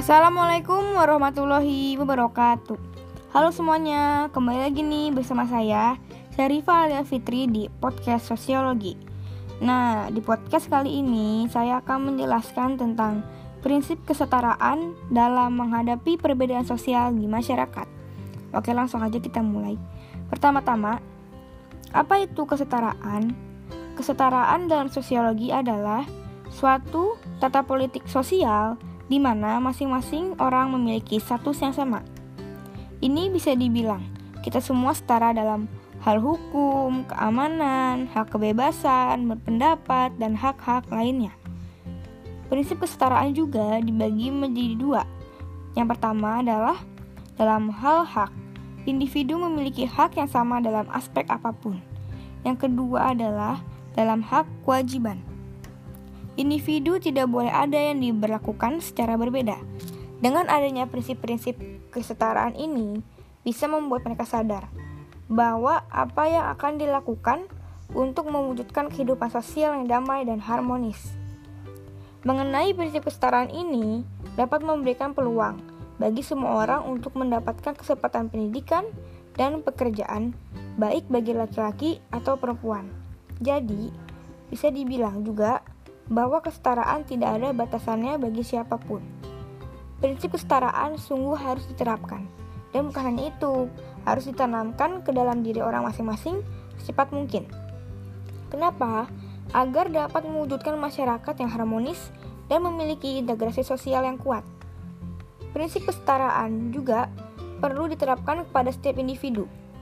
Assalamualaikum warahmatullahi wabarakatuh. Halo semuanya, kembali lagi nih bersama saya Syarifah Alia Fitri di podcast Sosiologi. Nah, di podcast kali ini saya akan menjelaskan tentang prinsip kesetaraan dalam menghadapi perbedaan sosial di masyarakat. Oke, langsung aja kita mulai. Pertama-tama, apa itu kesetaraan? Kesetaraan dalam sosiologi adalah suatu tata politik sosial di mana masing-masing orang memiliki status yang sama. Ini bisa dibilang kita semua setara dalam hal hukum, keamanan, hak kebebasan, berpendapat, dan hak-hak lainnya. Prinsip kesetaraan juga dibagi menjadi dua. Yang pertama adalah dalam hal hak. Individu memiliki hak yang sama dalam aspek apapun. Yang kedua adalah dalam hak kewajiban. Individu tidak boleh ada yang diberlakukan secara berbeda. Dengan adanya prinsip-prinsip kesetaraan ini, bisa membuat mereka sadar bahwa apa yang akan dilakukan untuk mewujudkan kehidupan sosial yang damai dan harmonis. Mengenai prinsip kesetaraan ini, dapat memberikan peluang bagi semua orang untuk mendapatkan kesempatan pendidikan dan pekerjaan, baik bagi laki-laki atau perempuan. Jadi, bisa dibilang juga bahwa kesetaraan tidak ada batasannya bagi siapapun. Prinsip kesetaraan sungguh harus diterapkan, dan bukan hanya itu, harus ditanamkan ke dalam diri orang masing-masing secepat mungkin. Kenapa? Agar dapat mewujudkan masyarakat yang harmonis dan memiliki integrasi sosial yang kuat. Prinsip kesetaraan juga perlu diterapkan kepada setiap individu.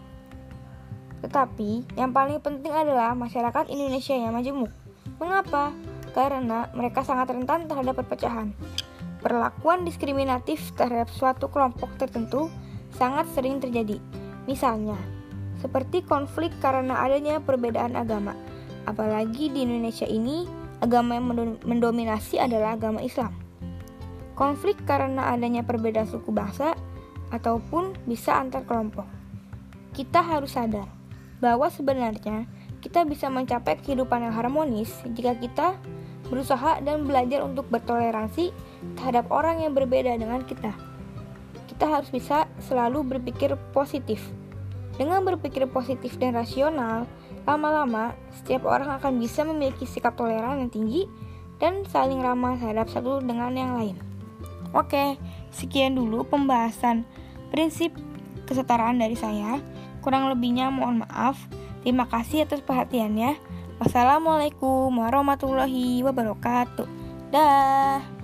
Tetapi, yang paling penting adalah masyarakat Indonesia yang majemuk. Mengapa? Karena mereka sangat rentan terhadap perpecahan. Perlakuan diskriminatif terhadap suatu kelompok tertentu sangat sering terjadi. Misalnya, seperti konflik karena adanya perbedaan agama. Apalagi di Indonesia ini, agama yang mendominasi adalah agama Islam. Konflik karena adanya perbedaan suku bangsa ataupun bisa antar kelompok. Kita harus sadar bahwa sebenarnya kita bisa mencapai kehidupan yang harmonis jika kita berusaha dan belajar untuk bertoleransi terhadap orang yang berbeda dengan kita. Kita harus bisa selalu berpikir positif. Dengan berpikir positif dan rasional, lama-lama setiap orang akan bisa memiliki sikap toleran yang tinggi dan saling ramah terhadap satu dengan yang lain. Oke, sekian dulu pembahasan prinsip kesetaraan dari saya. Kurang lebihnya mohon maaf. Terima kasih atas perhatiannya. Wassalamualaikum warahmatullahi wabarakatuh. Dah.